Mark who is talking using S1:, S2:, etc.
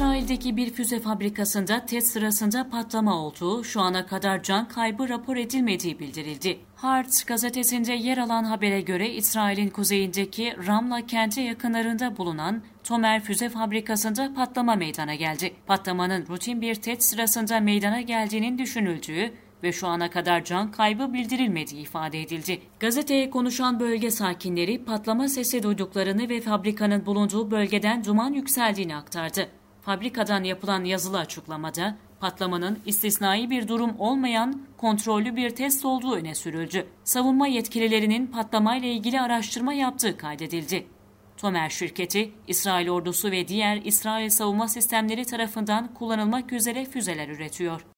S1: İsrail'deki bir füze fabrikasında test sırasında patlama olduğu, şu ana kadar can kaybı rapor edilmediği bildirildi. Haaretz gazetesinde yer alan habere göre İsrail'in kuzeyindeki Ramla kenti yakınlarında bulunan Tomer füze fabrikasında patlama meydana geldi. Patlamanın rutin bir test sırasında meydana geldiğinin düşünüldüğü ve şu ana kadar can kaybı bildirilmediği ifade edildi. Gazeteye konuşan bölge sakinleri patlama sesi duyduklarını ve fabrikanın bulunduğu bölgeden duman yükseldiğini aktardı. Fabrikadan yapılan yazılı açıklamada patlamanın istisnai bir durum olmayan kontrollü bir test olduğu öne sürüldü. Savunma yetkililerinin patlamayla ilgili araştırma yaptığı kaydedildi. Tomer şirketi, İsrail ordusu ve diğer İsrail savunma sistemleri tarafından kullanılmak üzere füzeler üretiyor.